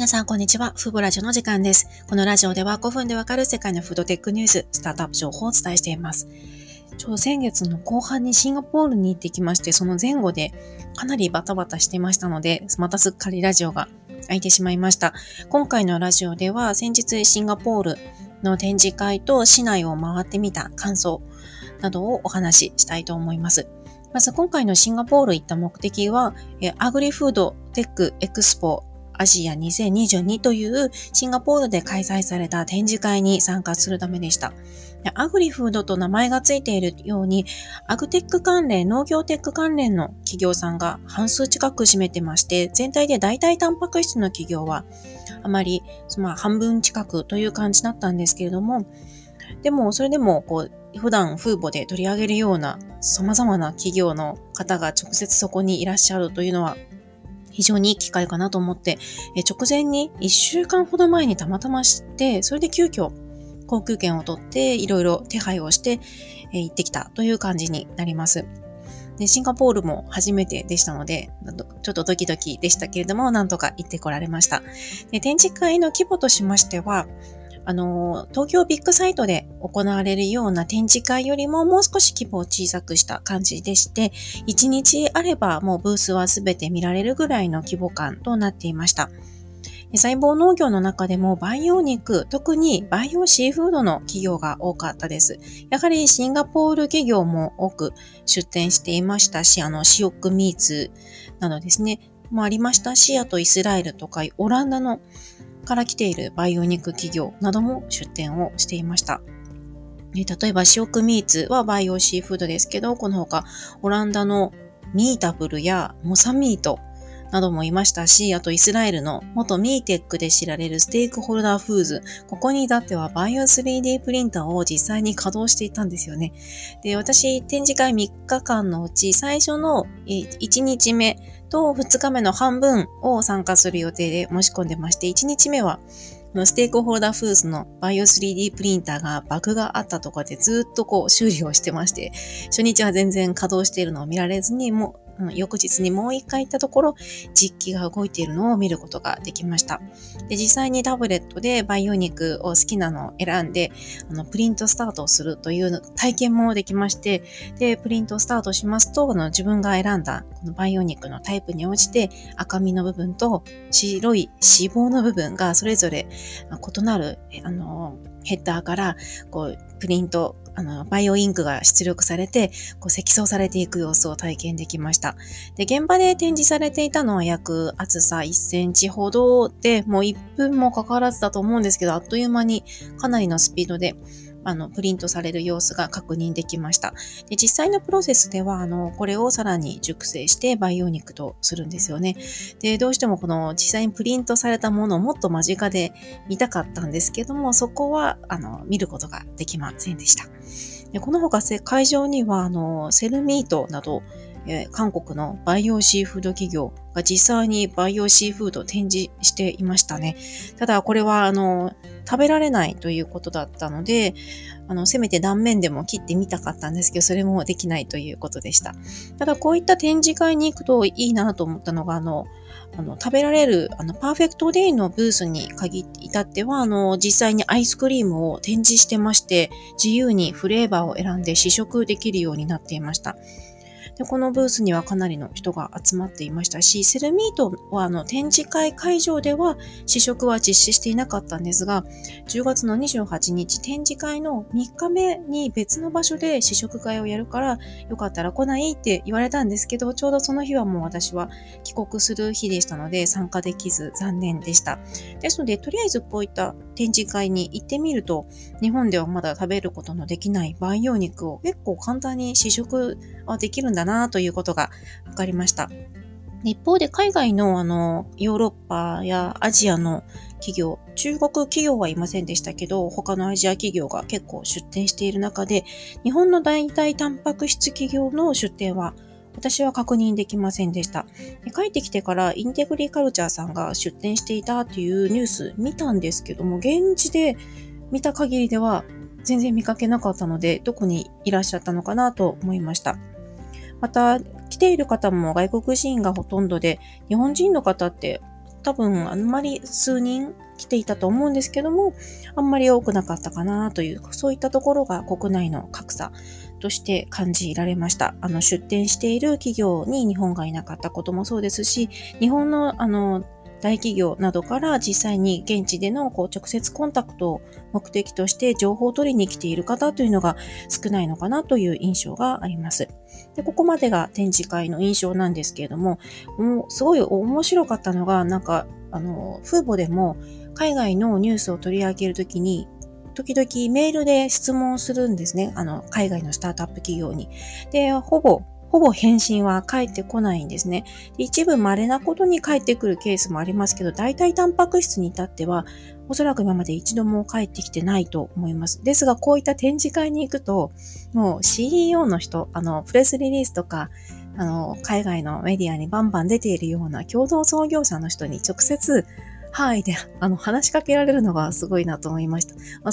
皆さん、こんにちは。フーボラジオの時間です。このラジオでは5分でわかる世界のフードテックニュース、スタートアップ情報をお伝えしています。ちょうど先月の後半にシンガポールに行ってきまして、その前後でかなりバタバタしてましたので、またすっかりラジオが空いてしまいました。今回のラジオでは、先日シンガポールの展示会と市内を回ってみた感想などをお話ししたいと思います。まず今回のシンガポール行った目的は、アグリフードテックエクスポアジア2022というシンガポールで開催された展示会に参加するためでした。アグリフードと名前がついているように、アグテック関連、農業テック関連の企業さんが半数近く占めてまして、全体で代替タンパク質の企業はあまり、半分近くという感じだったんですけれども、でもそれでも普段フーボで取り上げるような様々な企業の方が直接そこにいらっしゃるというのは非常にいい機会かなと思って、直前に1週間ほど前にたまたま知って、それで急遽航空券を取っていろいろ手配をして行ってきたという感じになります。で、シンガポールも初めてでしたので、ちょっとドキドキでしたけれども、なんとか行ってこられました。で、展示会の規模としましては、東京ビッグサイトで行われるような展示会よりももう少し規模を小さくした感じでして、1日あればもうブースはすべて見られるぐらいの規模感となっていました。細胞農業の中でも培養肉、特に培養シーフードの企業が多かったです。やはりシンガポール企業も多く出展していましたし、シオックミーツなどですね、もありましたし、あとイスラエルとかオランダのから来ている培養肉企業なども出展をしていました。例えばシオクミーツは培養シーフードですけど、この他オランダのミータブルやモサミートなどもいましたし、あとイスラエルの元ミーテックで知られるステークホルダーフーズ、ここに至ってはバイオ 3D プリンターを実際に稼働していたんですよね。で、私展示会3日間のうち最初の1日目と2日目の半分を参加する予定で申し込んでまして、1日目はステークホルダーフーズのバイオ 3D プリンターがバグがあったとかでずっと修理をしてまして、初日は全然稼働しているのを見られずに、翌日にもう一回行ったところ、実機が動いているのを見ることができました。で、実際にタブレットで培養肉を好きなのを選んで、プリントスタートをするという体験もできまして、で、プリントスタートしますと、自分が選んだこの培養肉のタイプに応じて、赤身の部分と白い脂肪の部分がそれぞれ異なる、ヘッダーからプリントバイオインクが出力されて、積層されていく様子を体験できました。で、現場で展示されていたのは約厚さ1センチほどで、もう1分もかからずだと思うんですけど、あっという間にかなりのスピードで、プリントされる様子が確認できました。で、実際のプロセスでは、これをさらに熟成して培養肉とするんですよね。で、どうしても実際にプリントされたものをもっと間近で見たかったんですけども、そこは、見ることができませんでした。で、この他、会場には、セルミートなど、韓国の培養シーフード企業が実際に培養シーフードを展示していましたね。ただこれは食べられないということだったので、せめて断面でも切ってみたかったんですけど、それもできないということでした。ただこういった展示会に行くといいなと思ったのが、食べられるパーフェクトデイのブースに至っては実際にアイスクリームを展示してまして、自由にフレーバーを選んで試食できるようになっていました。で、このブースにはかなりの人が集まっていましたし、セルミートは展示会会場では試食は実施していなかったんですが、10月の28日展示会の3日目に別の場所で試食会をやるから、よかったら来ないって言われたんですけど、ちょうどその日はもう私は帰国する日でしたので参加できず残念でした。ですので、とりあえずこういった展示会に行ってみると、日本ではまだ食べることのできない培養肉を結構簡単に試食はできるんだなということが分かりました。一方で海外のヨーロッパやアジアの企業、中国企業はいませんでしたけど、他のアジア企業が結構出展している中で、日本の代替タンパク質企業の出展は私は確認できませんでした。帰ってきてからインテグリカルチャーさんが出展していたというニュース見たんですけども、現地で見た限りでは全然見かけなかったので、どこにいらっしゃったのかなと思いました。また、来ている方も外国人がほとんどで、日本人の方って多分あんまり数人来ていたと思うんですけども、あんまり多くなかったかなという、そういったところが国内の格差として感じられました。出展している企業に日本がいなかったこともそうですし、日本の大企業などから実際に現地での直接コンタクトを目的として情報を取りに来ている方というのが少ないのかなという印象があります。で、ここまでが展示会の印象なんですけれども、すごい面白かったのが、フーボでも海外のニュースを取り上げるときに、時々メールで質問するんですね。海外のスタートアップ企業に。で、ほぼ返信は返ってこないんですね。一部稀なことに返ってくるケースもありますけど、大体タンパク質に至っては、おそらく今まで一度も返ってきてないと思います。ですが、こういった展示会に行くと、もう CEO の人、プレスリリースとか、海外のメディアにバンバン出ているような共同創業者の人に直接、はいで、話しかけられるのがすごいなと思いました。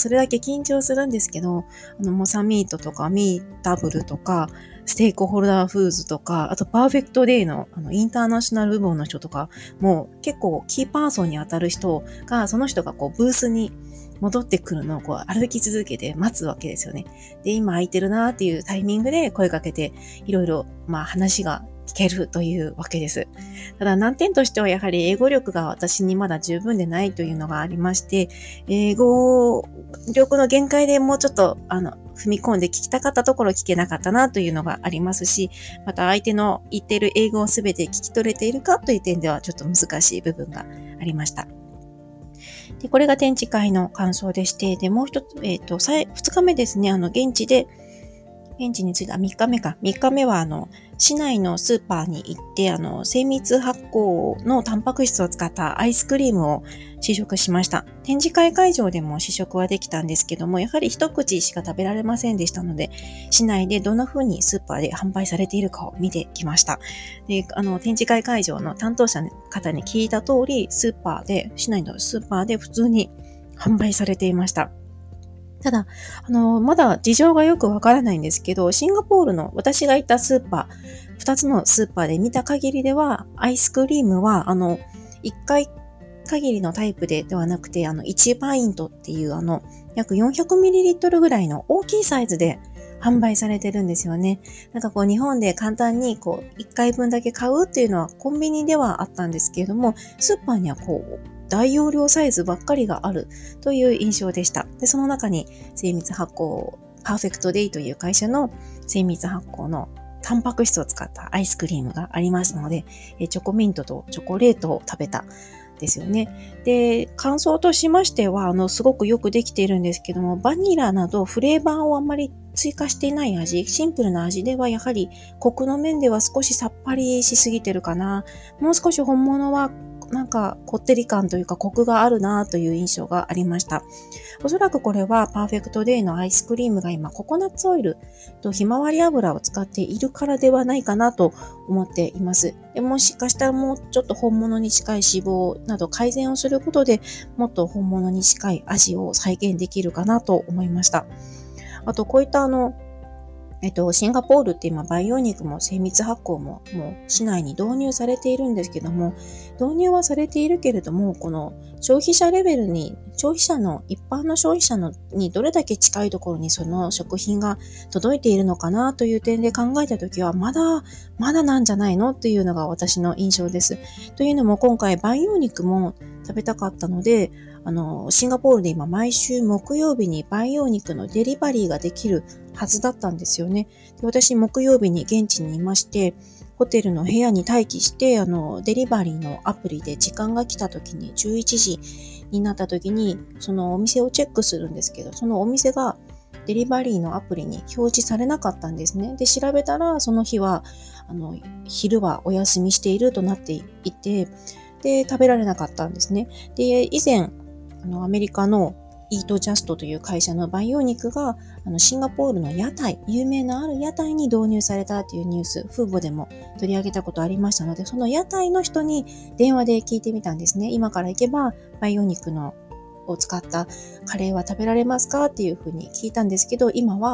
それだけ緊張するんですけど、モサミートとかミータブルとか、ステークホルダーフーズとか、あとパーフェクトデイのインターナショナル部門の人とか、もう結構キーパーソンに当たる人が、その人がブースに戻ってくるのを歩き続けて待つわけですよね。で、今空いてるなっていうタイミングで声かけて、いろいろ話が聞けるというわけです。ただ難点としてはやはり英語力が私にまだ十分でないというのがありまして、英語力の限界でもうちょっと踏み込んで聞きたかったところ聞けなかったなというのがありますし、また相手の言っている英語をすべて聞き取れているかという点ではちょっと難しい部分がありました。で、これが展示会の感想でして、で、もう一つ、2日目ですね、現地については3日目か。3日目は市内のスーパーに行って、精密発酵のタンパク質を使ったアイスクリームを試食しました。展示会会場でも試食はできたんですけども、やはり一口しか食べられませんでしたので、市内でどんな風にスーパーで販売されているかを見てきました。で、展示会会場の担当者の方に聞いた通り、市内のスーパーで普通に販売されていました。ただ、まだ事情がよくわからないんですけど、シンガポールの私が行ったスーパー、2つのスーパーで見た限りでは、アイスクリームは、1回限りのタイプではなくて、1パイントっていう約 400ml ぐらいの大きいサイズで販売されてるんですよね。日本で簡単に1回分だけ買うっていうのはコンビニではあったんですけれども、スーパーには大容量サイズばっかりがあるという印象でした。で、その中に精密発酵、パーフェクトデイという会社の精密発酵のタンパク質を使ったアイスクリームがありましたので、チョコミントとチョコレートを食べたですよね。で、感想としましては、すごくよくできているんですけども、バニラなどフレーバーをあんまり追加していない味、シンプルな味ではやはりコクの面では少しさっぱりしすぎてるかな。もう少し本物はこってり感というかコクがあるなという印象がありました。おそらくこれはパーフェクトデイのアイスクリームが今ココナッツオイルとひまわり油を使っているからではないかなと思っています。でもしかしたらもうちょっと本物に近い脂肪など改善をすることでもっと本物に近い味を再現できるかなと思いました。あとこういったシンガポールって今培養肉も精密発酵ももう市内に導入されているんですけども、導入はされているけれども、この消費者レベルに、一般の消費者にどれだけ近いところにその食品が届いているのかなという点で考えたときは、まだなんじゃないのっていうのが私の印象です。というのも今回培養肉も食べたかったので、シンガポールで今毎週木曜日に培養肉のデリバリーができるはずだったんですよね。で、私木曜日に現地にいまして、ホテルの部屋に待機して、デリバリーのアプリで時間が来た時に11時になった時に、そのお店をチェックするんですけど、そのお店がデリバリーのアプリに表示されなかったんですね。で、調べたらその日は、昼はお休みしているとなっていて、で、食べられなかったんですね。で、以前、アメリカのイートジャストという会社の培養肉がシンガポールの有名なある屋台に導入されたというニュース、フーボでも取り上げたことありましたので、その屋台の人に電話で聞いてみたんですね。今から行けば培養肉を使ったカレーは食べられますかっていうふうに聞いたんですけど、今は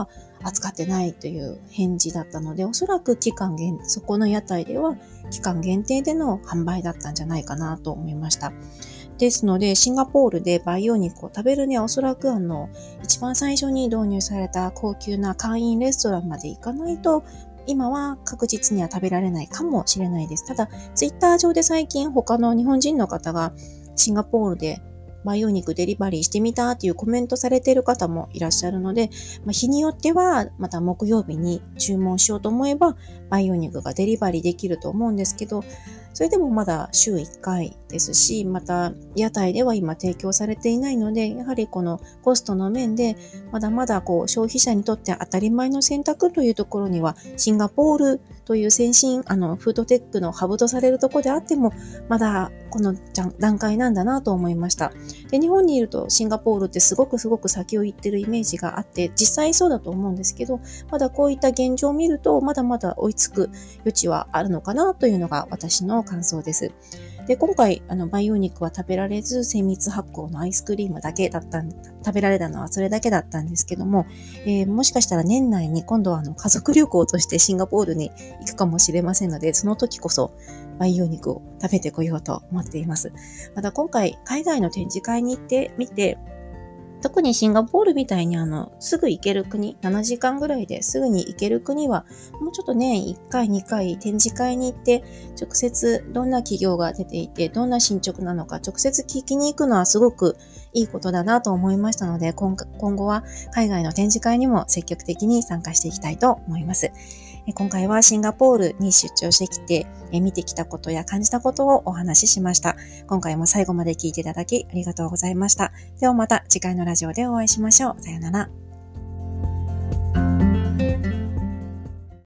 扱ってないという返事だったので、おそらくそこの屋台では期間限定での販売だったんじゃないかなと思いました。ですので、シンガポールで培養肉を食べるにはおそらく一番最初に導入された高級な会員レストランまで行かないと、今は確実には食べられないかもしれないです。ただ、ツイッター上で最近他の日本人の方がシンガポールで培養肉デリバリーしてみたっていうコメントされている方もいらっしゃるので、日によってはまた木曜日に注文しようと思えば培養肉がデリバリーできると思うんですけど、それでもまだ週1回ですし、また屋台では今提供されていないので、やはりこのコストの面でまだまだ消費者にとって当たり前の選択というところには、シンガポールという先進フードテックのハブとされるところであっても、まだこの段階なんだなと思いました。で、日本にいるとシンガポールってすごく先を行ってるイメージがあって、実際そうだと思うんですけど、まだこういった現状を見ると、まだまだ追いつく余地はあるのかなというのが私の感想です。で、今回、培養肉は食べられず、精密発酵のアイスクリームだけだった食べられたのはそれだけだったんですけども、もしかしたら年内に今度は家族旅行としてシンガポールに行くかもしれませんので、その時こそ培養肉を食べてこようと思っています。また今回、海外の展示会に行ってみて、特にシンガポールみたいにすぐ行ける国、7時間ぐらいですぐに行ける国は、もうちょっと年1回、2回展示会に行って、直接どんな企業が出ていて、どんな進捗なのか、直接聞きに行くのはすごくいいことだなと思いましたので、今後は海外の展示会にも積極的に参加していきたいと思います。今回はシンガポールに出張してきて、見てきたことや感じたことをお話ししました。今回も最後まで聞いていただきありがとうございました。ではまた次回のラジオでお会いしましょう。さようなら。